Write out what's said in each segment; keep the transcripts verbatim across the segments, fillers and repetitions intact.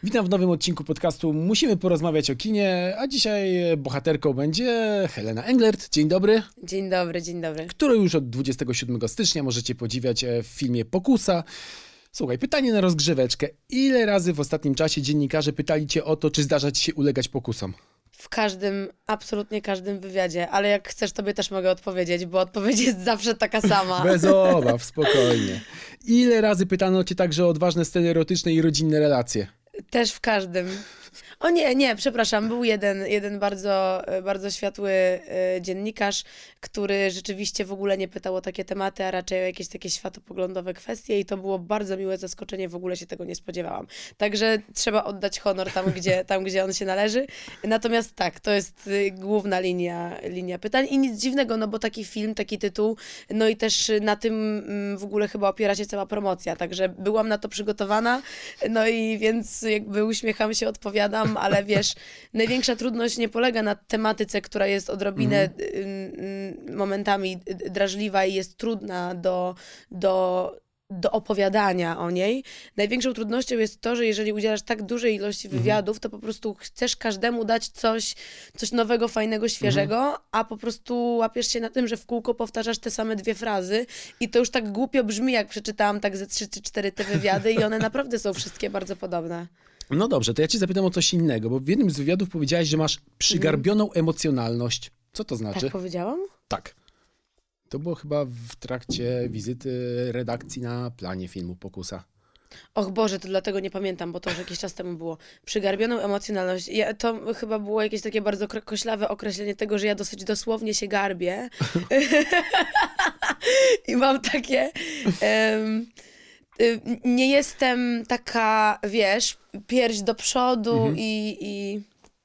Witam w nowym odcinku podcastu Musimy porozmawiać o kinie, a dzisiaj bohaterką będzie Helena Englert. Dzień dobry. Dzień dobry, dzień dobry. Którą już od dwudziestego siódmego stycznia możecie podziwiać w filmie Pokusa. Słuchaj, pytanie na rozgrzeweczkę. Ile razy w ostatnim czasie dziennikarze pytali cię o to, czy zdarza ci się ulegać pokusom? W każdym, absolutnie każdym wywiadzie, ale jak chcesz, tobie też mogę odpowiedzieć, bo odpowiedź jest zawsze taka sama. Bez obaw, spokojnie. Ile razy pytano cię także o odważne sceny erotyczne i rodzinne relacje? Też w każdym. O nie, nie, przepraszam, był jeden, jeden bardzo, bardzo światły y, dziennikarz, który rzeczywiście w ogóle nie pytał o takie tematy, a raczej o jakieś takie światopoglądowe kwestie i to było bardzo miłe zaskoczenie, w ogóle się tego nie spodziewałam. Także trzeba oddać honor tam, gdzie, tam, gdzie on się należy. Natomiast tak, to jest y, główna linia, linia pytań i nic dziwnego, no bo taki film, taki tytuł, no i też na tym y, w ogóle chyba opiera się cała promocja, także byłam na to przygotowana, no i więc jakby uśmiecham się, odpowiadam, ale wiesz, największa trudność nie polega na tematyce, która jest odrobinę mm. momentami drażliwa i jest trudna do, do, do opowiadania o niej. Największą trudnością jest to, że jeżeli udzielasz tak dużej ilości wywiadów, to po prostu chcesz każdemu dać coś, coś nowego, fajnego, świeżego, mm. a po prostu łapiesz się na tym, że w kółko powtarzasz te same dwie frazy i to już tak głupio brzmi, jak przeczytałam tak ze trzy czy cztery te wywiady i one naprawdę są wszystkie bardzo podobne. No dobrze, to ja cię zapytam o coś innego, bo w jednym z wywiadów powiedziałaś, że masz przygarbioną mm. emocjonalność. Co to znaczy? Tak powiedziałam? Tak. To było chyba w trakcie wizyty redakcji na planie filmu Pokusa. Och Boże, to dlatego nie pamiętam, bo to już jakiś czas temu było. Przygarbioną emocjonalność. Ja, to chyba było jakieś takie bardzo koślawe określenie tego, że ja dosyć dosłownie się garbię. I mam takie... Um, nie jestem taka, wiesz, pierś do przodu mhm. i, i,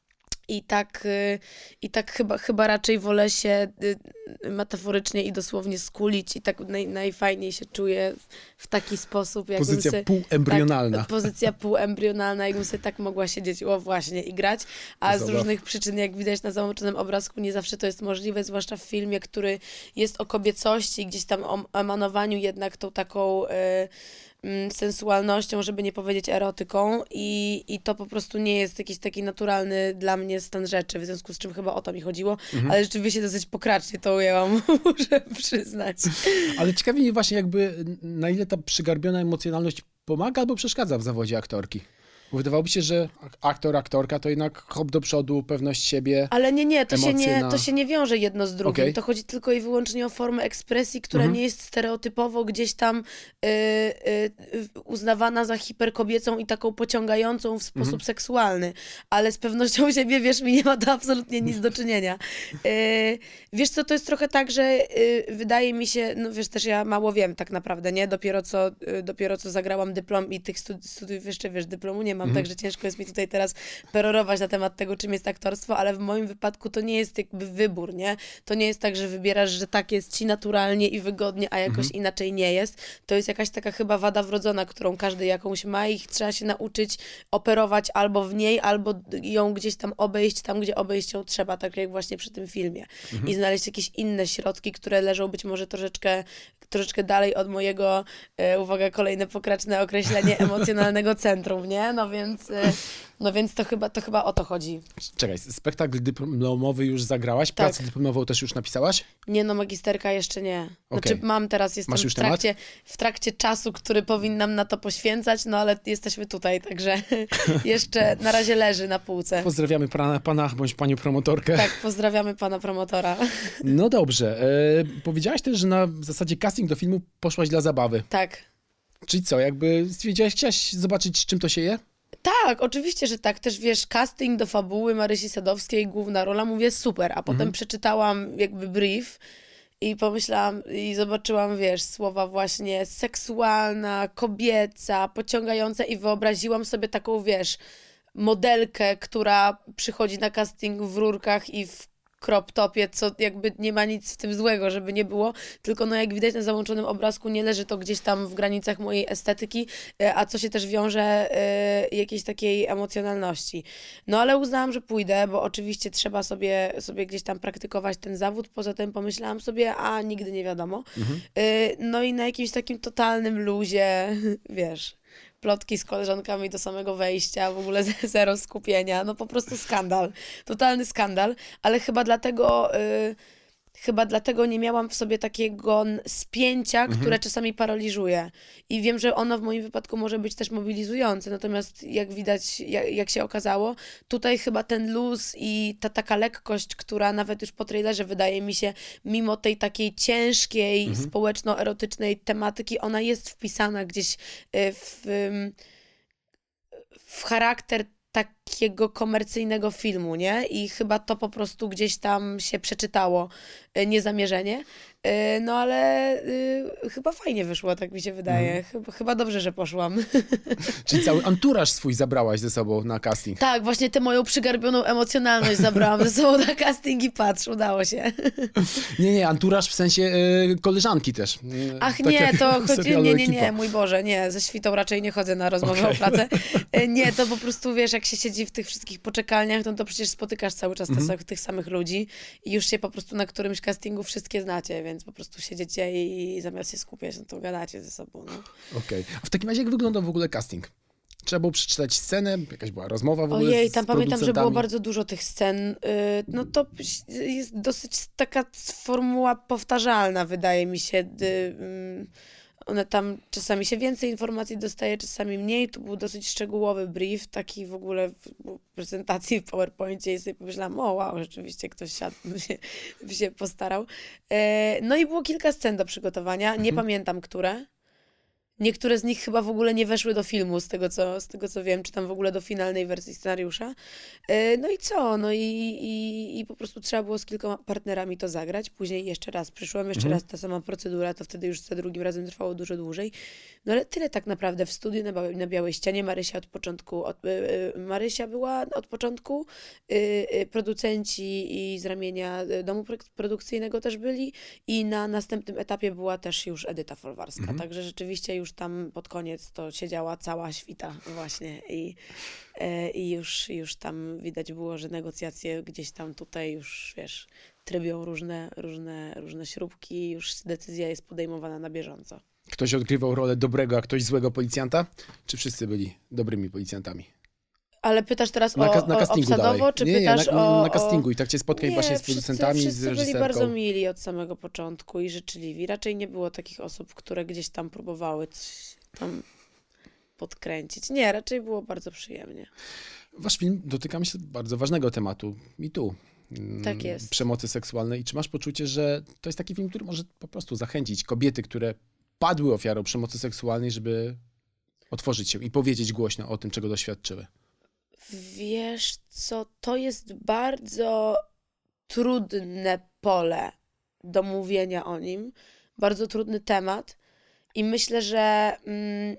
i tak, i tak chyba, chyba raczej wolę się metaforycznie i dosłownie skulić i tak naj, najfajniej się czuję w taki sposób. Pozycja sobie, półembrionalna. Tak, pozycja półembrionalna, jakbym sobie tak mogła siedzieć, o właśnie, i grać, a z różnych przyczyn, jak widać na załączonym obrazku, nie zawsze to jest możliwe, zwłaszcza w filmie, który jest o kobiecości, gdzieś tam o emanowaniu jednak tą taką... Yy, sensualnością, żeby nie powiedzieć erotyką i, i to po prostu nie jest jakiś taki naturalny dla mnie stan rzeczy, w związku z czym chyba o to mi chodziło, mhm. ale rzeczywiście dosyć pokracznie to ujęłam, muszę przyznać. Ale ciekawi mnie właśnie jakby na ile ta przygarbiona emocjonalność pomaga albo przeszkadza w zawodzie aktorki. Bo wydawałoby się, że aktor, aktorka to jednak hop do przodu, pewność siebie. Ale nie, nie, to, się nie, na... to się nie wiąże jedno z drugim. Okay. To chodzi tylko i wyłącznie o formę ekspresji, która mhm. nie jest stereotypowo gdzieś tam y, y, uznawana za hiperkobiecą i taką pociągającą w sposób mhm. seksualny. Ale z pewnością siebie, wierz mi, nie ma to absolutnie nic do czynienia. Y, wiesz co, to jest trochę tak, że y, wydaje mi się, no wiesz, też ja mało wiem tak naprawdę, nie? Dopiero co, y, dopiero co zagrałam dyplom i tych studi- studiów jeszcze, wiesz, dyplomu nie ma. Mam, mhm. Także ciężko jest mi tutaj teraz perorować na temat tego, czym jest aktorstwo, ale w moim wypadku to nie jest jakby wybór, nie? To nie jest tak, że wybierasz, że tak jest ci naturalnie i wygodnie, a jakoś mhm. inaczej nie jest. To jest jakaś taka chyba wada wrodzona, którą każdy jakąś ma i trzeba się nauczyć operować albo w niej, albo ją gdzieś tam obejść, tam gdzie obejść ją trzeba, tak jak właśnie przy tym filmie. Mhm. I znaleźć jakieś inne środki, które leżą być może troszeczkę, troszeczkę dalej od mojego, e, uwaga, kolejne pokraczne określenie emocjonalnego centrum, nie? No więc, no więc to, chyba, to chyba o to chodzi. Czekaj, spektakl dyplomowy już zagrałaś? Pracę tak. dyplomową też już napisałaś? Nie, no magisterka jeszcze nie. Znaczy okay. mam teraz, jestem w trakcie, w trakcie czasu, który powinnam na to poświęcać, no ale jesteśmy tutaj, także jeszcze na razie leży na półce. Pozdrawiamy pana, pana bądź panią promotorkę. Tak, pozdrawiamy pana promotora. No dobrze. E, powiedziałaś też, że na w zasadzie casting do filmu poszłaś dla zabawy. Tak. Czyli co, jakby stwierdziłaś, chciałaś zobaczyć, czym to się je? Tak, oczywiście, że tak. Też wiesz, casting do fabuły Marysi Sadowskiej, główna rola, mówię super, a potem mhm. przeczytałam jakby brief i pomyślałam i zobaczyłam, wiesz, słowa właśnie seksualna, kobieca, pociągająca i wyobraziłam sobie taką, wiesz, modelkę, która przychodzi na casting w rurkach i w crop topie, co jakby nie ma nic w tym złego, żeby nie było, tylko no jak widać na załączonym obrazku nie leży to gdzieś tam w granicach mojej estetyki, a co się też wiąże y, jakiejś takiej emocjonalności. No ale uznałam, że pójdę, bo oczywiście trzeba sobie, sobie gdzieś tam praktykować ten zawód, poza tym pomyślałam sobie, a nigdy nie wiadomo. Mhm. Y, no i na jakimś takim totalnym luzie, wiesz, plotki z koleżankami do samego wejścia, w ogóle zero skupienia, no po prostu skandal, totalny skandal, ale chyba dlatego... Y, Chyba dlatego nie miałam w sobie takiego n- spięcia, Mhm. które czasami paraliżuje. I wiem, że ono w moim wypadku może być też mobilizujące, natomiast jak widać, jak, jak się okazało, tutaj chyba ten luz i ta taka lekkość, która nawet już po trailerze wydaje mi się, mimo tej takiej ciężkiej, Mhm. społeczno-erotycznej tematyki, ona jest wpisana gdzieś y, w, ym, w charakter takiego komercyjnego filmu, nie? I chyba to po prostu gdzieś tam się przeczytało y, niezamierzenie. Y, No ale y, chyba fajnie wyszło, tak mi się wydaje. Chyba, chyba dobrze, że poszłam. Czyli cały anturaż swój zabrałaś ze sobą na casting. Tak, właśnie tę moją przygarbioną emocjonalność zabrałam ze sobą na casting i patrz, udało się. Nie, nie, anturaż w sensie e, koleżanki też. E, Ach tak nie, jak to w chodzi, serialu nie, nie, Ekipa. nie, mój Boże, nie, ze świtą raczej nie chodzę na rozmowę Okej. o pracę. E, Nie, to po prostu, wiesz, jak się siedzi w tych wszystkich poczekalniach, no to przecież spotykasz cały czas te, Mhm. sa- tych samych ludzi i już się po prostu na którymś castingu wszystkie znacie, więc po prostu siedzicie i zamiast się skupiać, no to gadacie ze sobą, no. Okej. A w takim razie jak wyglądał w ogóle casting? Trzeba było przeczytać scenę, jakaś była rozmowa w ogóle Ojej, z tam pamiętam, że było producentami? bardzo dużo tych scen. y, No to jest dosyć taka formuła powtarzalna, wydaje mi się. y, mm, One tam czasami się więcej informacji dostaje, czasami mniej. Tu był dosyć szczegółowy brief, taki w ogóle w prezentacji w PowerPoincie i sobie pomyślałam, o wow, rzeczywiście ktoś siadł, się, się postarał. E, No i było kilka scen do przygotowania, nie pamiętam które. Niektóre z nich chyba w ogóle nie weszły do filmu, z tego co, z tego co wiem, czy tam w ogóle do finalnej wersji scenariusza. E, No i co? No i, i, i po prostu trzeba było z kilkoma partnerami to zagrać. Później jeszcze raz przyszłam, jeszcze Mhm. raz ta sama procedura, to wtedy już za drugim razem trwało dużo dłużej. No ale tyle tak naprawdę w studiu na, Białej- na Białej Ścianie. Marysia od początku, od, y, y, Marysia była od początku, y, y, producenci i z ramienia y, domu pro- produkcyjnego też byli i na następnym etapie była też już Edyta Folwarska. Mhm. Także rzeczywiście już tam pod koniec to siedziała cała świta właśnie i, e, i już, już tam widać było, że negocjacje gdzieś tam tutaj już, wiesz, trybią różne, różne, różne śrubki, już decyzja jest podejmowana na bieżąco. Ktoś odgrywał rolę dobrego, a ktoś złego policjanta? Czy wszyscy byli dobrymi policjantami? Ale pytasz teraz Na, o, ka- na o castingu obsadowo, dalej. czy nie, nie, pytasz na, o... na castingu i tak cię spotkań Nie, właśnie z wszyscy, producentami, z wszyscy byli reżyserką. bardzo mili od samego początku i życzliwi. Raczej nie było takich osób, które gdzieś tam próbowały coś tam podkręcić. Nie, raczej było bardzo przyjemnie. Wasz film dotyka, myślę, bardzo ważnego tematu. I tu. Tak jest. Przemocy seksualnej. I czy masz poczucie, że to jest taki film, który może po prostu zachęcić kobiety, które padły ofiarą przemocy seksualnej, żeby otworzyć się i powiedzieć głośno o tym, czego doświadczyły? Wiesz co, to jest bardzo trudne pole do mówienia o nim, bardzo trudny temat i myślę, że mm,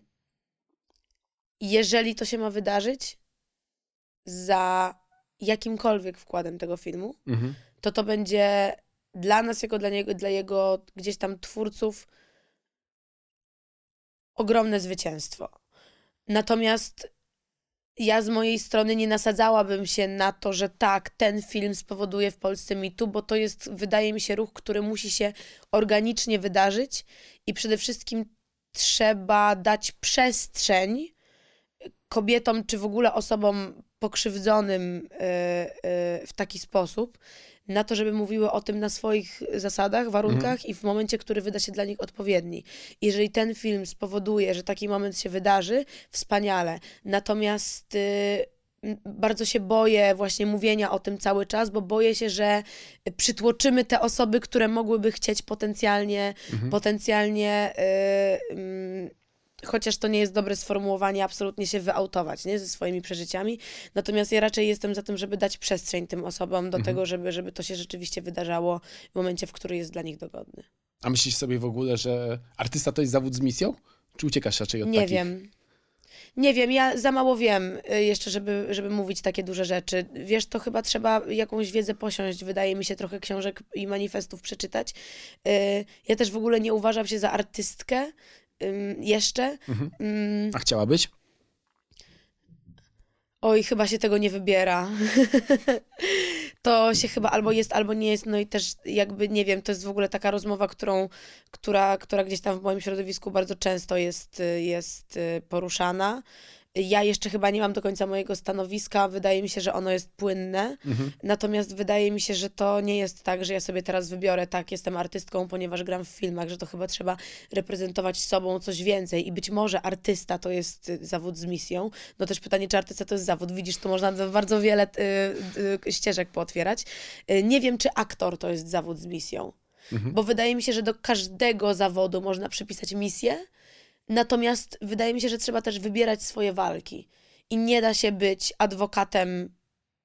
jeżeli to się ma wydarzyć za jakimkolwiek wkładem tego filmu, Mhm. to to będzie dla nas, jako dla niego, dla jego gdzieś tam twórców ogromne zwycięstwo. Natomiast ja z mojej strony nie nasadzałabym się na to, że tak, ten film spowoduje w Polsce Me Too, bo to jest, wydaje mi się, ruch, który musi się organicznie wydarzyć i przede wszystkim trzeba dać przestrzeń kobietom, czy w ogóle osobom pokrzywdzonym y, y, w taki sposób, na to, żeby mówiły o tym na swoich zasadach, warunkach i w momencie, który wyda się dla nich odpowiedni. Jeżeli ten film spowoduje, że taki moment się wydarzy, wspaniale. Natomiast y, m, bardzo się boję właśnie mówienia o tym cały czas, bo boję się, że przytłoczymy te osoby, które mogłyby chcieć potencjalnie, Mhm. potencjalnie y, mm, chociaż to nie jest dobre sformułowanie, absolutnie się wyautować, nie, ze swoimi przeżyciami. Natomiast ja raczej jestem za tym, żeby dać przestrzeń tym osobom do Mhm. tego, żeby, żeby to się rzeczywiście wydarzało w momencie, w którym jest dla nich dogodny. A myślisz sobie w ogóle, że artysta to jest zawód z misją? Czy uciekasz raczej od Nie takich? wiem. Nie wiem, ja za mało wiem y, jeszcze, żeby, żeby mówić takie duże rzeczy. Wiesz, to chyba trzeba jakąś wiedzę posiąść, wydaje mi się, trochę książek i manifestów przeczytać. Y, Ja też w ogóle nie uważam się za artystkę ym, jeszcze. Mhm. Ym, A chciałabyś? Oj, chyba się tego nie wybiera. to się chyba albo jest, albo nie jest, no i też jakby, nie wiem, to jest w ogóle taka rozmowa, którą, która, która gdzieś tam w moim środowisku bardzo często jest, jest poruszana. Ja jeszcze chyba nie mam do końca mojego stanowiska, wydaje mi się, że ono jest płynne, Mhm. natomiast wydaje mi się, że to nie jest tak, że ja sobie teraz wybiorę, tak, jestem artystką, ponieważ gram w filmach, że to chyba trzeba reprezentować sobą coś więcej i być może artysta to jest y, zawód z misją, no też pytanie, czy artysta to jest zawód, widzisz, tu można bardzo wiele y, y, ścieżek pootwierać. Y, nie wiem, czy aktor to jest zawód z misją, Mhm. bo wydaje mi się, że do każdego zawodu można przypisać misję. Natomiast wydaje mi się, że trzeba też wybierać swoje walki i nie da się być adwokatem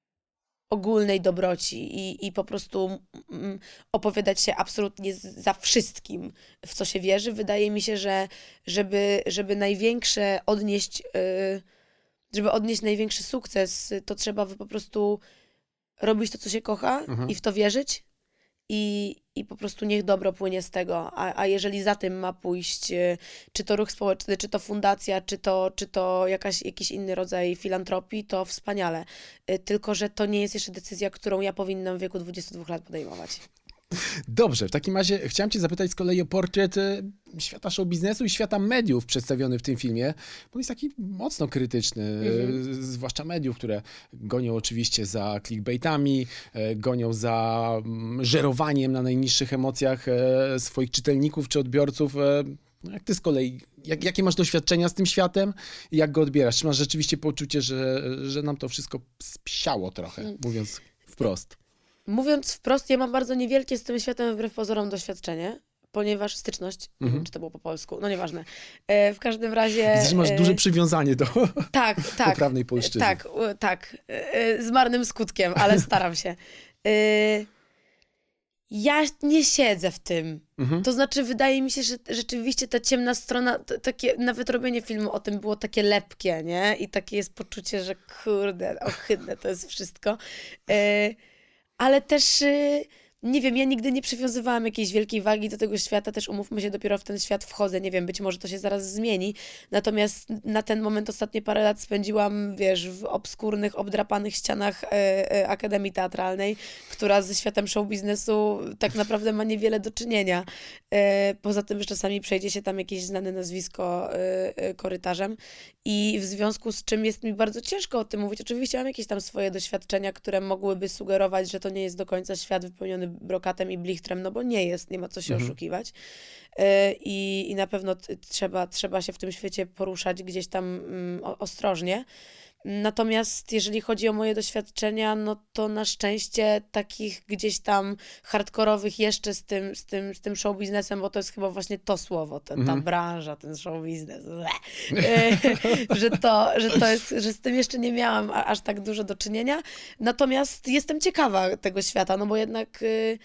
ogólnej dobroci i, i po prostu mm, opowiadać się absolutnie z, za wszystkim, w co się wierzy. Wydaje mi się, że żeby, żeby największe odnieść, yy, żeby odnieść największy sukces, to trzeba po prostu robić to, co się kocha Mhm. i w to wierzyć. I, I po prostu niech dobro płynie z tego. A, a jeżeli za tym ma pójść, y, czy to ruch społeczny, czy to fundacja, czy to, czy to jakaś, jakiś inny rodzaj filantropii, to wspaniale. Y, Tylko że to nie jest jeszcze decyzja, którą ja powinnam w wieku dwudziestu dwóch lat podejmować. Dobrze, w takim razie chciałem cię zapytać z kolei o portret e, świata show biznesu i świata mediów przedstawiony w tym filmie, bo on jest taki mocno krytyczny, Mhm. e, zwłaszcza mediów, które gonią oczywiście za clickbaitami, e, gonią za mm, żerowaniem na najniższych emocjach e, swoich czytelników czy odbiorców. E, jak ty z kolei, jak, jakie masz doświadczenia z tym światem i jak go odbierasz? Czy masz rzeczywiście poczucie, że, że nam to wszystko spsiało trochę, Mm. mówiąc wprost? Mówiąc wprost, ja mam bardzo niewielkie z tym światem wbrew pozorom doświadczenie, ponieważ styczność, nie Mhm. wiem, czy to było po polsku, no nieważne. E, w każdym razie... Widzę, że masz e, duże przywiązanie do Tak, tak. poprawnej polszczyzny. Tak, u- tak. Y, Z marnym skutkiem, ale staram się. Y, Ja nie siedzę w tym. Mhm. To znaczy, wydaje mi się, że rzeczywiście ta ciemna strona, t- takie, nawet robienie filmu o tym było takie lepkie, nie? I takie jest poczucie, że kurde, ohydne to jest wszystko. Y, Ale też, y, nie wiem, ja nigdy nie przywiązywałam jakiejś wielkiej wagi do tego świata, też umówmy się, dopiero w ten świat wchodzę, nie wiem, być może to się zaraz zmieni, natomiast na ten moment ostatnie parę lat spędziłam, wiesz, w obskurnych, obdrapanych ścianach e, e, Akademii Teatralnej, która ze światem show biznesu tak naprawdę ma niewiele do czynienia. E, poza tym, że czasami przejdzie się tam jakieś znane nazwisko e, e, korytarzem i w związku z czym jest mi bardzo ciężko o tym mówić. Oczywiście mam jakieś tam swoje doświadczenia, które mogłyby sugerować, że to nie jest do końca świat wypełniony brokatem i blichtrem, no bo nie jest, nie ma co się Mhm. oszukiwać. E, I, I na pewno t- trzeba, trzeba się w tym świecie poruszać gdzieś tam mm, o- ostrożnie. Natomiast jeżeli chodzi o moje doświadczenia, no to na szczęście takich gdzieś tam hardkorowych jeszcze z tym, z tym, z tym show biznesem, bo to jest chyba właśnie to słowo, ta, ta Mhm. branża, ten show biznes, ble. E, że, to, że to jest, że z tym jeszcze nie miałam a- aż tak dużo do czynienia. Natomiast jestem ciekawa tego świata, no bo jednak y,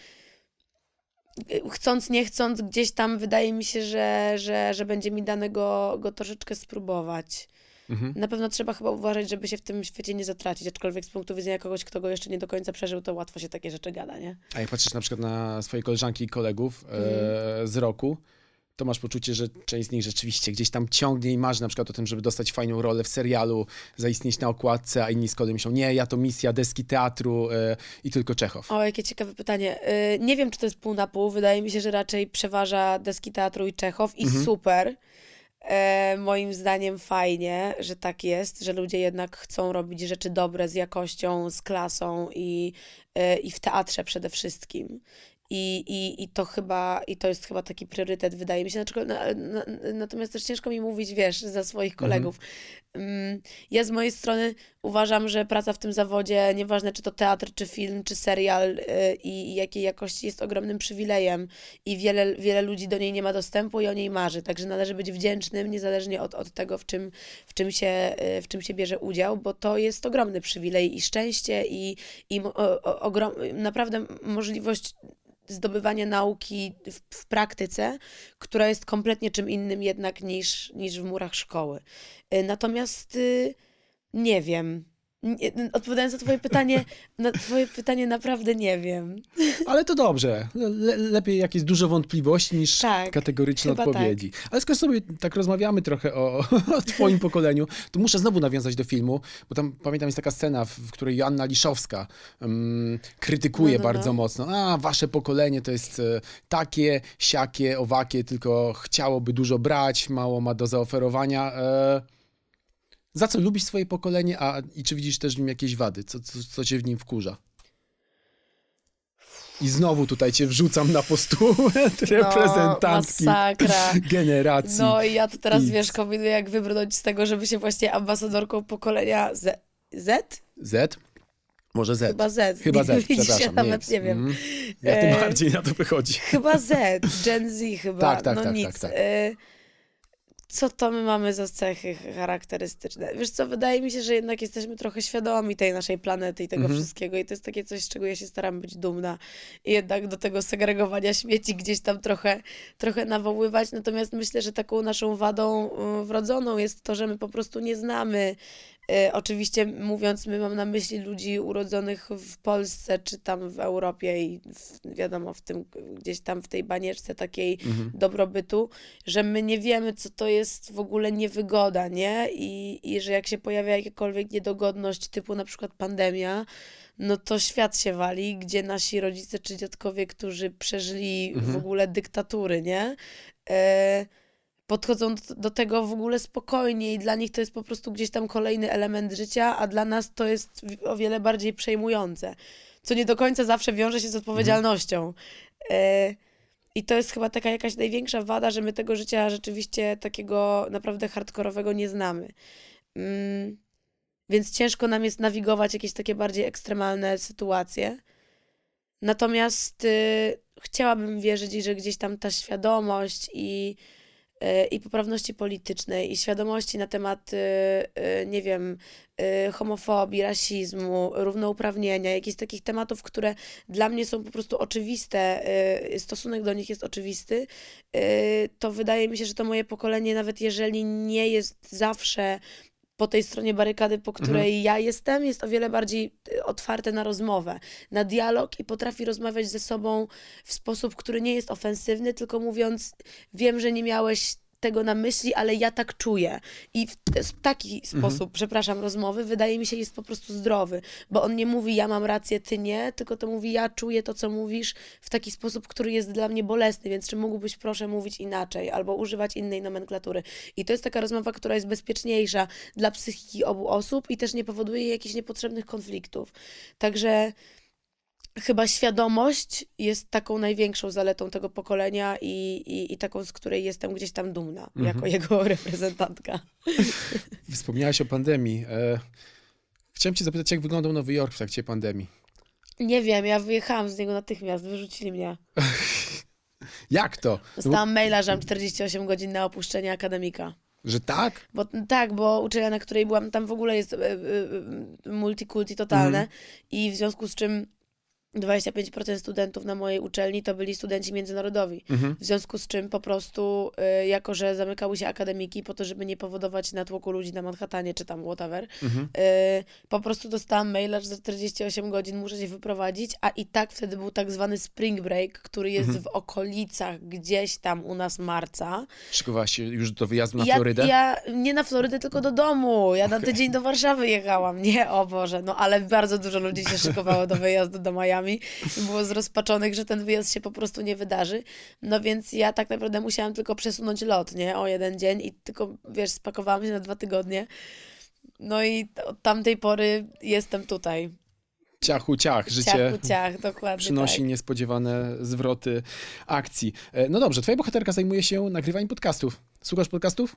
y, chcąc, nie chcąc, gdzieś tam wydaje mi się, że, że, że będzie mi dane go, go troszeczkę spróbować. Mhm. Na pewno trzeba chyba uważać, żeby się w tym świecie nie zatracić, aczkolwiek z punktu widzenia kogoś, kto go jeszcze nie do końca przeżył, to łatwo się takie rzeczy gada, nie? A jak patrzysz na przykład na swoje koleżanki i kolegów Mhm. e, z roku, to masz poczucie, że część z nich rzeczywiście gdzieś tam ciągnie i marzy na przykład o tym, żeby dostać fajną rolę w serialu, zaistnieć na okładce, a inni z kolei myślą, nie, ja to misja deski teatru e, i tylko Czechow. O, jakie ciekawe pytanie. Y, nie wiem, czy to jest pół na pół. Wydaje mi się, że raczej przeważa deski teatru i Czechow i Mhm. super. E, moim zdaniem fajnie, że tak jest, że ludzie jednak chcą robić rzeczy dobre, z jakością, z klasą i, e, i w teatrze przede wszystkim. I, i, i, to chyba, I to jest chyba taki priorytet, wydaje mi się. Znaczy, na, na, natomiast też ciężko mi mówić, wiesz, za swoich kolegów. Mm, Ja z mojej strony uważam, że praca w tym zawodzie, nieważne czy to teatr, czy film, czy serial y, i jakiej jakości, jest ogromnym przywilejem i wiele, wiele ludzi do niej nie ma dostępu i o niej marzy. Także należy być wdzięcznym, niezależnie od, od tego, w czym, w, czym się, y, w czym się bierze udział, bo to jest ogromny przywilej i szczęście i, i mo- o, o, ogrom, naprawdę możliwość zdobywania nauki w, w praktyce, która jest kompletnie czym innym jednak niż, niż w murach szkoły. Y, Natomiast y, nie wiem. Nie, odpowiadając na twoje pytanie, na twoje pytanie naprawdę nie wiem. Ale to dobrze. Le lepiej jak jest dużo wątpliwości niż Tak, kategoryczne chyba odpowiedzi. Ale skoro sobie tak rozmawiamy trochę o, o twoim pokoleniu, to muszę znowu nawiązać do filmu, bo tam pamiętam jest taka scena, w, w której Joanna Liszowska um, krytykuje No, no, no. bardzo mocno. A, wasze pokolenie to jest e, takie, siakie, owakie, tylko chciałoby dużo brać, mało ma do zaoferowania. E, za co lubisz swoje pokolenie, a i czy widzisz też w nim jakieś wady? Co, co, co cię w nim wkurza? I znowu tutaj cię wrzucam na postulat reprezentantki masakra. generacji. No i ja tu teraz, X. wiesz, kombinuję jak wybrnąć z tego, żeby się właśnie ambasadorką pokolenia Z? Z? Z? Może Z. Chyba Z. Chyba Z, Widzicie, przepraszam. nawet jest. nie wiem. Mm. Ja tym E, bardziej na to wychodzi. Chyba Z, Gen Z chyba. Tak, tak, no tak, nic. tak, tak. E, Co to my mamy za cechy charakterystyczne? Wiesz co, wydaje mi się, że jednak jesteśmy trochę świadomi tej naszej planety i tego Mhm. wszystkiego i to jest takie coś, z czego ja się staram być dumna i jednak do tego segregowania śmieci gdzieś tam trochę, trochę nawoływać, natomiast myślę, że taką naszą wadą y, wrodzoną jest to, że my po prostu nie znamy. Y, oczywiście mówiąc, my mam na myśli ludzi urodzonych w Polsce, czy tam w Europie i w, wiadomo, w tym, gdzieś tam w tej banieczce takiej Mhm. dobrobytu, że my nie wiemy, co to jest w ogóle niewygoda, nie? I, i że jak się pojawia jakakolwiek niedogodność, typu na przykład pandemia, no to świat się wali, gdzie nasi rodzice czy dziadkowie, którzy przeżyli Mhm. w ogóle dyktatury, nie? E, podchodzą do, do tego w ogóle spokojnie i dla nich to jest po prostu gdzieś tam kolejny element życia, a dla nas to jest w- o wiele bardziej przejmujące, co nie do końca zawsze wiąże się z odpowiedzialnością. E, I to jest chyba taka jakaś największa wada, że my tego życia rzeczywiście takiego naprawdę hardkorowego nie znamy. Mm, więc ciężko nam jest nawigować jakieś takie bardziej ekstremalne sytuacje. Natomiast y, chciałabym wierzyć, że gdzieś tam ta świadomość i, y, i poprawności politycznej, i świadomości na temat, y, y, nie wiem, y, homofobii, rasizmu, równouprawnienia, jakichś takich tematów, które dla mnie są po prostu oczywiste, y, stosunek do nich jest oczywisty, y, to wydaje mi się, że to moje pokolenie, nawet jeżeli nie jest zawsze po tej stronie barykady, po której ja jestem, jest o wiele bardziej y, otwarte na rozmowę, na dialog i potrafi rozmawiać ze sobą w sposób, który nie jest ofensywny, tylko mówiąc, wiem, że nie miałeś tego na myśli, ale ja tak czuję. I w, w taki sposób, przepraszam, rozmowy, wydaje mi się, jest po prostu zdrowy, bo on nie mówi, ja mam rację, ty nie, tylko to mówi, ja czuję to, co mówisz w taki sposób, który jest dla mnie bolesny, więc czy mógłbyś proszę mówić inaczej, albo używać innej nomenklatury. I to jest taka rozmowa, która jest bezpieczniejsza dla psychiki obu osób i też nie powoduje jakichś niepotrzebnych konfliktów. Także chyba świadomość jest taką największą zaletą tego pokolenia i, i, i taką, z której jestem gdzieś tam dumna, jako jego reprezentantka. Wspomniałaś o pandemii. E, chciałem cię zapytać, jak wyglądał Nowy Jork w trakcie pandemii? Nie wiem, ja wyjechałam z niego natychmiast, wyrzucili mnie. Jak to? No bo, Dostałam maila, że mam czterdzieści osiem godzin na opuszczenie akademika. że tak? Bo, tak, bo uczelnia, na której byłam, tam w ogóle jest y, y, y, multikulti totalne Mhm. i w związku z czym dwadzieścia pięć procent studentów na mojej uczelni to byli studenci międzynarodowi. Mhm. W związku z czym po prostu, y, jako że zamykały się akademiki po to, żeby nie powodować natłoku ludzi na Manhattanie czy tam whatever, Mhm. y, po prostu dostałam maila, że za czterdzieści osiem godzin muszę się wyprowadzić, a i tak wtedy był tak zwany spring break, który jest Mhm. w okolicach gdzieś tam u nas marca. Szykowałaś się już do wyjazdu na ja, Florydę? Ja nie na Florydę, tylko do domu. Ja na tydzień do Warszawy jechałam. Nie, o Boże, no ale bardzo dużo ludzi się szykowało do wyjazdu do Miami i było zrozpaczonych, że ten wyjazd się po prostu nie wydarzy. No więc ja tak naprawdę musiałam tylko przesunąć lot, nie? O jeden dzień i tylko, wiesz, spakowałam się na dwa tygodnie. No i od tamtej pory jestem tutaj. Ciachu, ciach. Życie Ciachu, ciach, dokładnie przynosi tak. niespodziewane zwroty akcji. E, no dobrze, twoja bohaterka zajmuje się nagrywaniem podcastów. Słuchasz podcastów?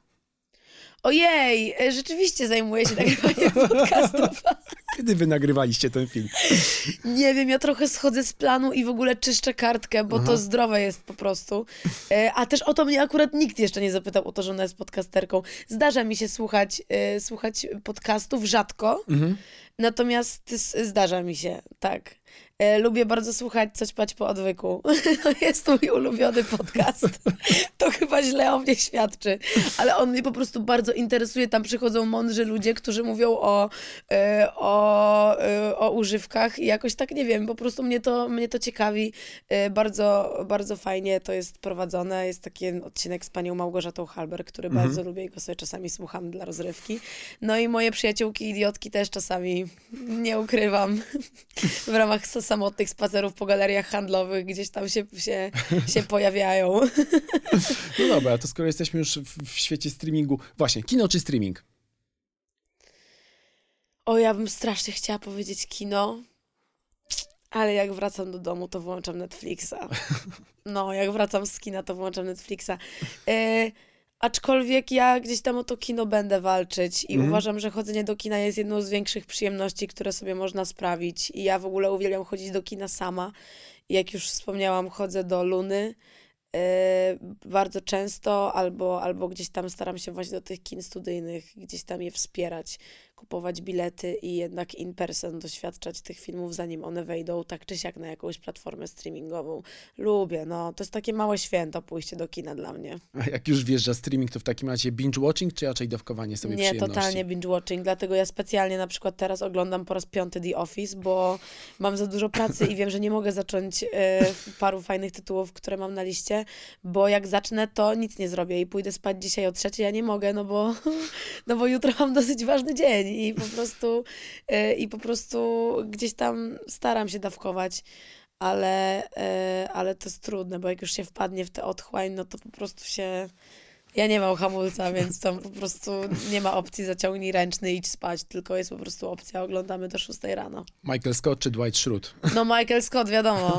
Ojej, e, rzeczywiście zajmuję się nagrywaniem podcastów. Kiedy wy nagrywaliście ten film? Nie wiem, ja trochę schodzę z planu i w ogóle czyszczę kartkę, bo Aha. to zdrowe jest po prostu. E, A też o to mnie akurat nikt jeszcze nie zapytał o to, że ona jest podcasterką. Zdarza mi się słuchać, e, słuchać podcastów rzadko, Mhm. natomiast s- zdarza mi się, tak. E, lubię bardzo słuchać Co ćpać po odwyku. To jest mój ulubiony podcast. To chyba źle o mnie świadczy. Ale on mnie po prostu bardzo interesuje. Tam przychodzą mądrzy ludzie, którzy mówią o, e, o, e, o używkach i jakoś tak, nie wiem, po prostu mnie to, mnie to ciekawi. E, bardzo, bardzo fajnie to jest prowadzone. Jest taki odcinek z panią Małgorzatą Halber, który mhm. bardzo lubię i go sobie czasami słucham dla rozrywki. No i moje przyjaciółki idiotki też czasami, nie ukrywam, w ramach samotnych spacerów po galeriach handlowych gdzieś tam się, się, się pojawiają. No dobra, to skoro jesteśmy już w, w świecie streamingu, właśnie, kino czy streaming? O, ja bym strasznie chciała powiedzieć kino, ale jak wracam do domu, to włączam Netflixa. No, jak wracam z kina, to włączam Netflixa. E, aczkolwiek ja gdzieś tam o to kino będę walczyć i mm. uważam, że chodzenie do kina jest jedną z większych przyjemności, które sobie można sprawić. I ja w ogóle uwielbiam chodzić do kina sama. I jak już wspomniałam, chodzę do Luny yy, bardzo często, albo, albo gdzieś tam staram się właśnie do tych kin studyjnych, gdzieś tam je wspierać, kupować bilety i jednak in person doświadczać tych filmów, zanim one wejdą, tak czy siak na jakąś platformę streamingową. Lubię, no. To jest takie małe święto pójście do kina dla mnie. A jak już wjeżdża streaming, to w takim razie binge-watching, czy raczej dawkowanie sobie Nie, przyjemności? totalnie binge-watching, dlatego ja specjalnie na przykład teraz oglądam po raz piąty The Office, bo mam za dużo pracy i wiem, że nie mogę zacząć y, paru fajnych tytułów, które mam na liście, bo jak zacznę, to nic nie zrobię i pójdę spać dzisiaj o trzeciej, ja nie mogę, no bo, no bo jutro mam dosyć ważny dzień. I po prostu, yy, i po prostu gdzieś tam staram się dawkować, ale, yy, ale to jest trudne, bo jak już się wpadnie w tę otchłań, no to po prostu się... Ja nie mam hamulca, więc tam po prostu nie ma opcji zaciągnij ręczny, idź spać, tylko jest po prostu opcja oglądamy do szóstej rano. Michael Scott czy Dwight Schrute? No Michael Scott, wiadomo.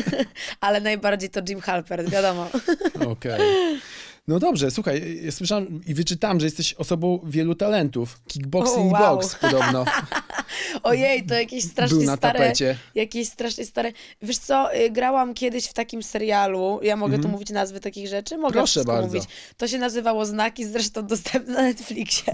Ale najbardziej to Jim Halpert, wiadomo. Okej. Okay. No dobrze, słuchaj, ja słyszałem i wyczytałam, że jesteś osobą wielu talentów. Kickboxing oh, i wow. boks podobno. Ojej, to jakieś strasznie Był na stare... tapecie. Jakieś strasznie stare... Wiesz co, grałam kiedyś w takim serialu, ja mogę mm-hmm. tu mówić nazwy takich rzeczy? Mogę Proszę wszystko bardzo. mówić. To się nazywało Znaki, zresztą dostępne na Netflixie.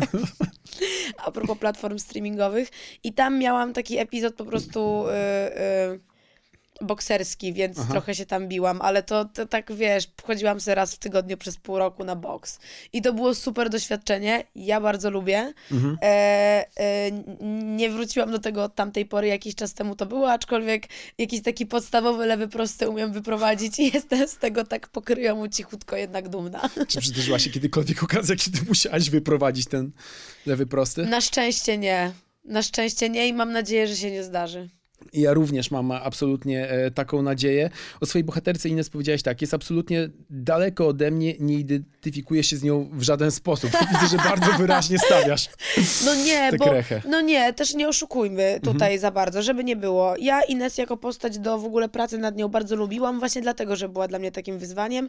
A propos platform streamingowych. I tam miałam taki epizod po prostu... Yy, yy, bokserski, więc Aha. trochę się tam biłam, ale to, to tak, wiesz, chodziłam sobie raz w tygodniu przez pół roku na boks. I to było super doświadczenie, ja bardzo lubię. Mhm. E, e, nie wróciłam do tego od tamtej pory, jakiś czas temu to było, aczkolwiek jakiś taki podstawowy lewy prosty umiem wyprowadzić i jestem z tego tak pokryjomu cichutko jednak dumna. Czy przydarzyła się kiedykolwiek okazja, kiedy musiałaś wyprowadzić ten lewy prosty? Na szczęście nie. Na szczęście nie i mam nadzieję, że się nie zdarzy. Ja również mam absolutnie e, taką nadzieję. O swojej bohaterce Ines powiedziałaś tak, jest absolutnie daleko ode mnie, nie identyfikuję się z nią w żaden sposób. Widzę, że bardzo wyraźnie stawiasz No nie, tę bo, krechę. no nie, też nie oszukujmy tutaj mhm. za bardzo, żeby nie było. Ja Ines jako postać do w ogóle pracy nad nią bardzo lubiłam, właśnie dlatego, że była dla mnie takim wyzwaniem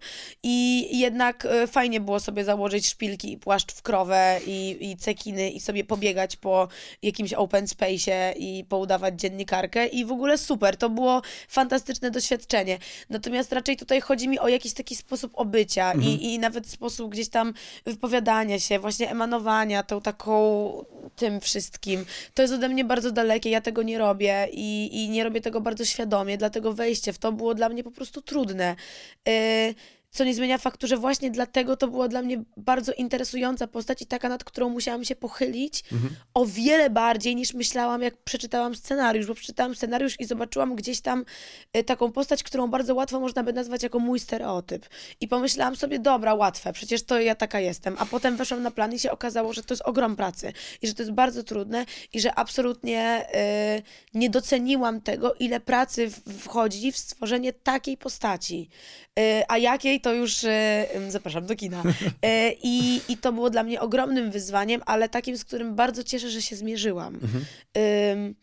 i jednak e, fajnie było sobie założyć szpilki i płaszcz w krowę i, i cekiny i sobie pobiegać po jakimś open space'ie i poudawać dziennikarkę i w ogóle super, to było fantastyczne doświadczenie. Natomiast raczej tutaj chodzi mi o jakiś taki sposób obycia mhm. i, i nawet sposób gdzieś tam wypowiadania się, właśnie emanowania tą taką, tym wszystkim. To jest ode mnie bardzo dalekie, ja tego nie robię i, i nie robię tego bardzo świadomie, dlatego wejście w to było dla mnie po prostu trudne. Yy, Co nie zmienia faktu, że właśnie dlatego to była dla mnie bardzo interesująca postać i taka, nad którą musiałam się pochylić mhm. o wiele bardziej niż myślałam, jak przeczytałam scenariusz, bo przeczytałam scenariusz i zobaczyłam gdzieś tam y, taką postać, którą bardzo łatwo można by nazwać jako mój stereotyp. I pomyślałam sobie, dobra, łatwe, przecież to ja taka jestem. A potem weszłam na plan i się okazało, że to jest ogrom pracy i że to jest bardzo trudne i że absolutnie y, nie doceniłam tego, ile pracy w- wchodzi w stworzenie takiej postaci. Y, a jakiej to już e, zapraszam do kina. E, i, I to było dla mnie ogromnym wyzwaniem, ale takim, z którym bardzo cieszę, że się zmierzyłam. Mhm. E,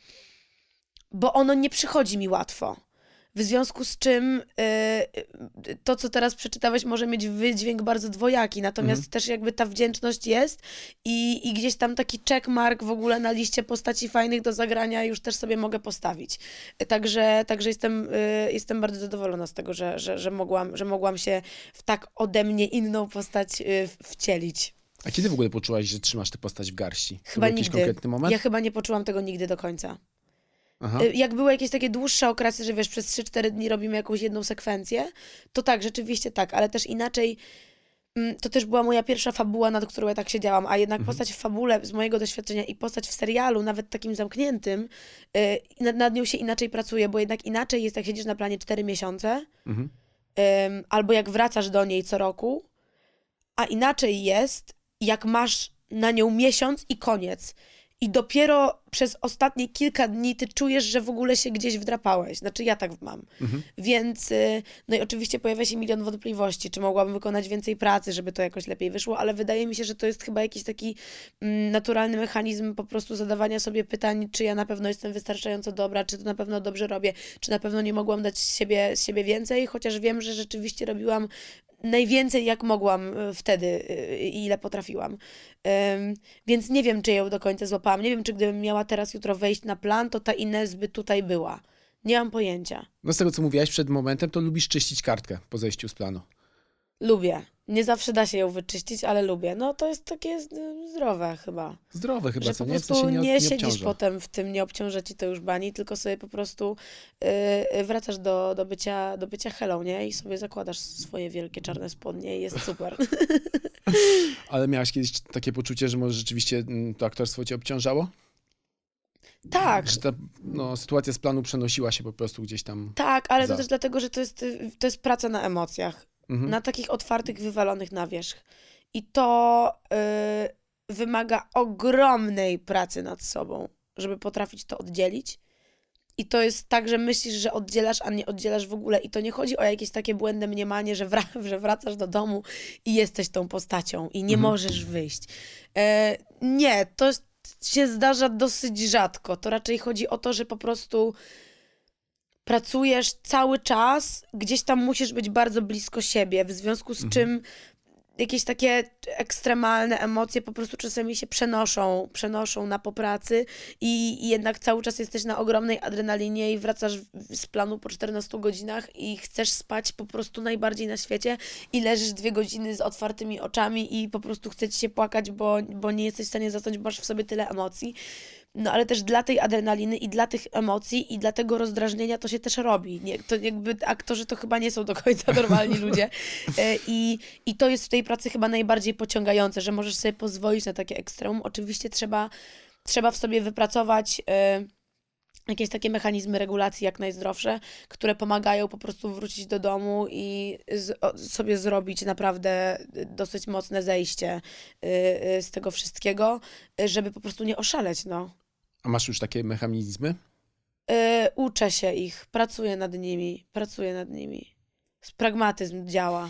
bo ono nie przychodzi mi łatwo. W związku z czym e, to, co teraz przeczytałeś, może mieć wydźwięk bardzo dwojaki, natomiast mhm. też jakby ta wdzięczność jest i, i gdzieś tam taki checkmark w ogóle na liście postaci fajnych do zagrania już też sobie mogę postawić. Także, także jestem, e, jestem bardzo zadowolona z tego, że, że, że, mogłam, że mogłam się w tak ode mnie inną postać e, wcielić. A kiedy w ogóle poczułaś, że trzymasz tę postać w garści? Chyba był jakiś nigdy. konkretny moment? Ja chyba nie poczułam tego nigdy do końca. Aha. Jak były jakieś takie dłuższe okresy, że wiesz, przez trzy cztery dni robimy jakąś jedną sekwencję, to tak, rzeczywiście tak, ale też inaczej, to też była moja pierwsza fabuła, nad którą ja tak siedziałam, a jednak Mhm. postać w fabule z mojego doświadczenia i postać w serialu, nawet takim zamkniętym, yy, nad, nad nią się inaczej pracuje, bo jednak inaczej jest, jak siedzisz na planie cztery miesiące, Mhm. yy, albo jak wracasz do niej co roku, a inaczej jest, jak masz na nią miesiąc i koniec. I dopiero przez ostatnie kilka dni ty czujesz, że w ogóle się gdzieś wdrapałeś. Znaczy ja tak mam. Mhm. Więc, y, no i oczywiście pojawia się milion wątpliwości, czy mogłabym wykonać więcej pracy, żeby to jakoś lepiej wyszło, ale wydaje mi się, że to jest chyba jakiś taki mm, naturalny mechanizm po prostu zadawania sobie pytań, czy ja na pewno jestem wystarczająco dobra, czy to na pewno dobrze robię, czy na pewno nie mogłam dać z siebie, z siebie więcej, chociaż wiem, że rzeczywiście robiłam najwięcej jak mogłam y, wtedy y, i ile potrafiłam. Ym, więc nie wiem, czy ją do końca złapałam. Nie wiem, czy gdybym miała teraz jutro wejść na plan, to ta Inez by tutaj była. Nie mam pojęcia. No z tego, co mówiłaś przed momentem, to lubisz czyścić kartkę po zejściu z planu. Lubię. Nie zawsze da się ją wyczyścić, ale lubię. No to jest takie y, zdrowe chyba. Zdrowe chyba, Że co po nie? W prostu sensie nie, nie, nie siedzisz obciąża. potem w tym, nie obciąża ci to już bani, tylko sobie po prostu y, y, wracasz do, do, bycia, do bycia hello, nie? I sobie zakładasz swoje wielkie czarne spodnie i jest super. Ale miałaś kiedyś takie poczucie, że może rzeczywiście mm, to aktorstwo cię obciążało? Tak. Że ta no, sytuacja z planu przenosiła się po prostu gdzieś tam. Tak, ale za. to też dlatego, że to jest, y, to jest praca na emocjach. Mhm. Na takich otwartych, wywalonych na wierzch. I to y, wymaga ogromnej pracy nad sobą, żeby potrafić to oddzielić. I to jest tak, że myślisz, że oddzielasz, a nie oddzielasz w ogóle. I to nie chodzi o jakieś takie błędne mniemanie, że, wra- że wracasz do domu i jesteś tą postacią i nie Mhm. możesz wyjść. E, nie, to się zdarza dosyć rzadko. To raczej chodzi o to, że po prostu pracujesz cały czas, gdzieś tam musisz być bardzo blisko siebie, w związku z Mhm. czym jakieś takie ekstremalne emocje po prostu czasami się przenoszą, przenoszą na po pracy i, i jednak cały czas jesteś na ogromnej adrenalinie i wracasz w- z planu po czternastu godzinach i chcesz spać po prostu najbardziej na świecie i leżysz dwie godziny z otwartymi oczami i po prostu chce ci się płakać, bo, bo nie jesteś w stanie zasnąć, bo masz w sobie tyle emocji. No ale też dla tej adrenaliny i dla tych emocji i dla tego rozdrażnienia to się też robi. Nie, to jakby aktorzy to chyba nie są do końca normalni ludzie. E, I, I to jest w tej pracy chyba najbardziej pociągające, że możesz sobie pozwolić na takie ekstremum. Oczywiście trzeba, trzeba w sobie wypracować e, jakieś takie mechanizmy regulacji jak najzdrowsze, które pomagają po prostu wrócić do domu i z, o, sobie zrobić naprawdę dosyć mocne zejście y, y, z tego wszystkiego, y, żeby po prostu nie oszaleć, no. A masz już takie mechanizmy? Y, uczę się ich, pracuję nad nimi, pracuję nad nimi. Pragmatyzm działa.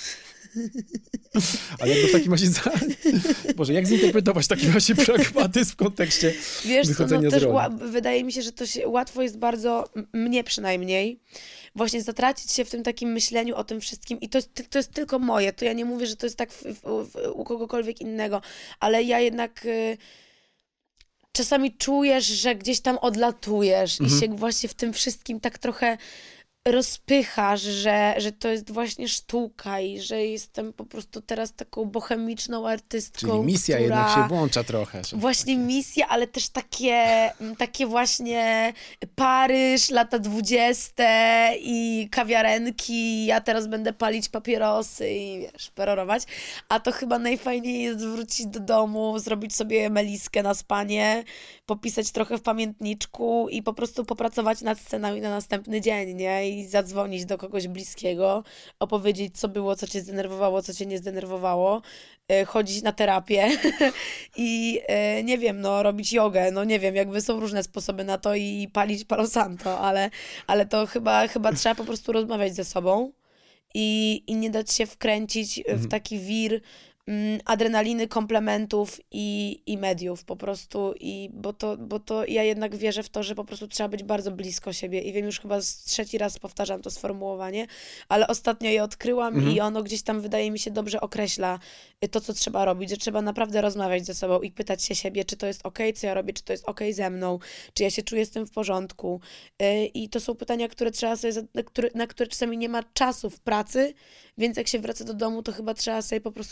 Ale jak go w takim razie za... Boże, jak zinterpretować taki właśnie pragmatyzm w kontekście Wiesz co, wychodzenia no z też roli? ła- wydaje mi się, że to się łatwo jest bardzo, m- mnie przynajmniej, właśnie zatracić się w tym takim myśleniu o tym wszystkim i to jest, ty- to jest tylko moje, to ja nie mówię, że to jest tak w, w, w, u kogokolwiek innego, ale ja jednak y, czasami czujesz, że gdzieś tam odlatujesz Mhm. i się właśnie w tym wszystkim tak trochę rozpychasz, że, że to jest właśnie sztuka i że jestem po prostu teraz taką bohemiczną artystką, Czyli misja która... jednak się włącza trochę. że Właśnie takie- misja, ale też takie, mm, takie właśnie Paryż, lata dwudzieste i kawiarenki, ja teraz będę palić papierosy i wiesz, perorować, a to chyba najfajniej jest wrócić do domu, zrobić sobie meliskę na spanie, popisać trochę w pamiętniczku i po prostu popracować nad sceną i na następny dzień, nie? I zadzwonić do kogoś bliskiego, opowiedzieć co było, co cię zdenerwowało, co cię nie zdenerwowało, y, chodzić na terapię i e, nie wiem, no robić jogę, no nie wiem, jakby są różne sposoby na to i palić Palo Santo, ale, ale to chyba, chyba trzeba po prostu rozmawiać ze sobą i, i nie dać się wkręcić w Mhm. taki wir mm, adrenaliny, komplementów i, i mediów po prostu, i bo to, bo to ja jednak wierzę w to, że po prostu trzeba być bardzo blisko siebie i wiem, już chyba z trzeci raz powtarzam to sformułowanie, ale ostatnio je odkryłam Mhm. i ono gdzieś tam wydaje mi się dobrze określa y, to, co trzeba robić, że trzeba naprawdę rozmawiać ze sobą i pytać się siebie, czy to jest okej, co ja robię, czy to jest okej ze mną, czy ja się czuję z tym w porządku. Y, I to są pytania, które trzeba sobie, zad- na które, na które czasami nie ma czasu w pracy, więc jak się wraca do domu, to chyba trzeba sobie po prostu naprawdę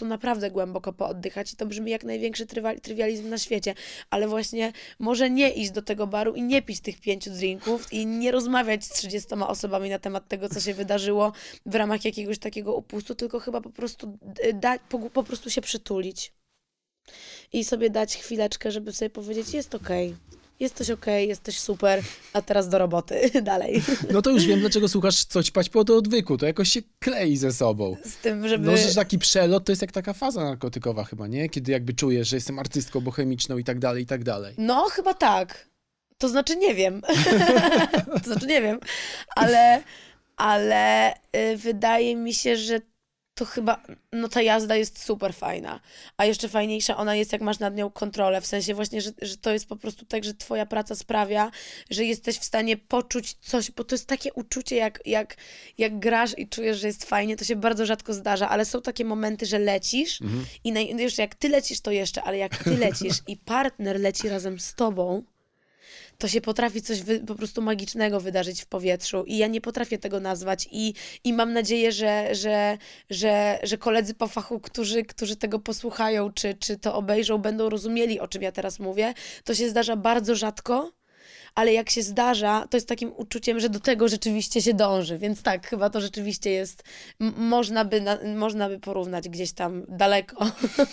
naprawdę głęboko pooddychać i to brzmi jak największy trywa- trywializm na świecie, ale właśnie może nie iść do tego baru i nie pić tych pięciu drinków i nie rozmawiać z trzydziestoma osobami na temat tego, co się wydarzyło w ramach jakiegoś takiego upustu, tylko chyba po prostu dać, po, po prostu się przytulić i sobie dać chwileczkę, żeby sobie powiedzieć, jest okej. Okay. Jesteś okej, okay, jesteś super, a teraz do roboty, dalej. No to już wiem, dlaczego słuchasz Co ćpać po do odwyku, to jakoś się klei ze sobą. Z tym, żeby... No, że taki przelot to jest jak taka faza narkotykowa chyba, nie? Kiedy jakby czujesz, że jestem artystką bochemiczną i tak dalej, i tak dalej. No, chyba tak. To znaczy nie wiem. to znaczy nie wiem, ale, ale y, wydaje mi się, że to chyba, no ta jazda jest super fajna, a jeszcze fajniejsza ona jest, jak masz nad nią kontrolę, w sensie właśnie, że, że to jest po prostu tak, że twoja praca sprawia, że jesteś w stanie poczuć coś, bo to jest takie uczucie, jak, jak, jak grasz i czujesz, że jest fajnie, to się bardzo rzadko zdarza, ale są takie momenty, że lecisz mhm. i naj, jeszcze jak ty lecisz, to jeszcze, ale jak ty lecisz i partner leci razem z tobą, to się potrafi coś wy, po prostu magicznego wydarzyć w powietrzu i ja nie potrafię tego nazwać i, i mam nadzieję, że, że, że, że koledzy po fachu, którzy, którzy tego posłuchają, czy, czy to obejrzą, będą rozumieli, o czym ja teraz mówię. To się zdarza bardzo rzadko, ale jak się zdarza, to jest takim uczuciem, że do tego rzeczywiście się dąży, więc tak, chyba to rzeczywiście jest, m- można by, na, można by porównać gdzieś tam daleko,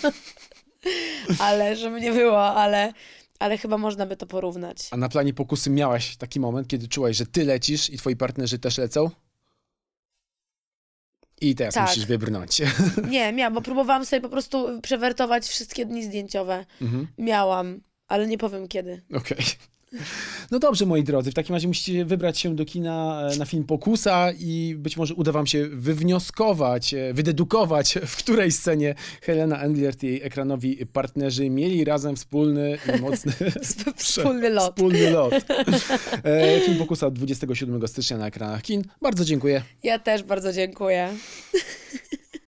ale żeby nie było, ale... Ale chyba można by to porównać. A na planie pokusy miałaś taki moment, kiedy czułaś, że ty lecisz i twoi partnerzy też lecą? I teraz tak. musisz wybrnąć. Nie, miałam, bo próbowałam sobie po prostu przewertować wszystkie dni zdjęciowe. Mhm. Miałam, ale nie powiem kiedy. Okej. Okay. No dobrze, moi drodzy, w takim razie musicie wybrać się do kina na film Pokusa i być może uda wam się wywnioskować, wydedukować, w której scenie Helena Englert i jej ekranowi partnerzy mieli razem wspólny i mocny wspólny lot. Wspólny lot. Film Pokusa od dwudziestego siódmego stycznia na ekranach kin. Bardzo dziękuję. Ja też bardzo dziękuję.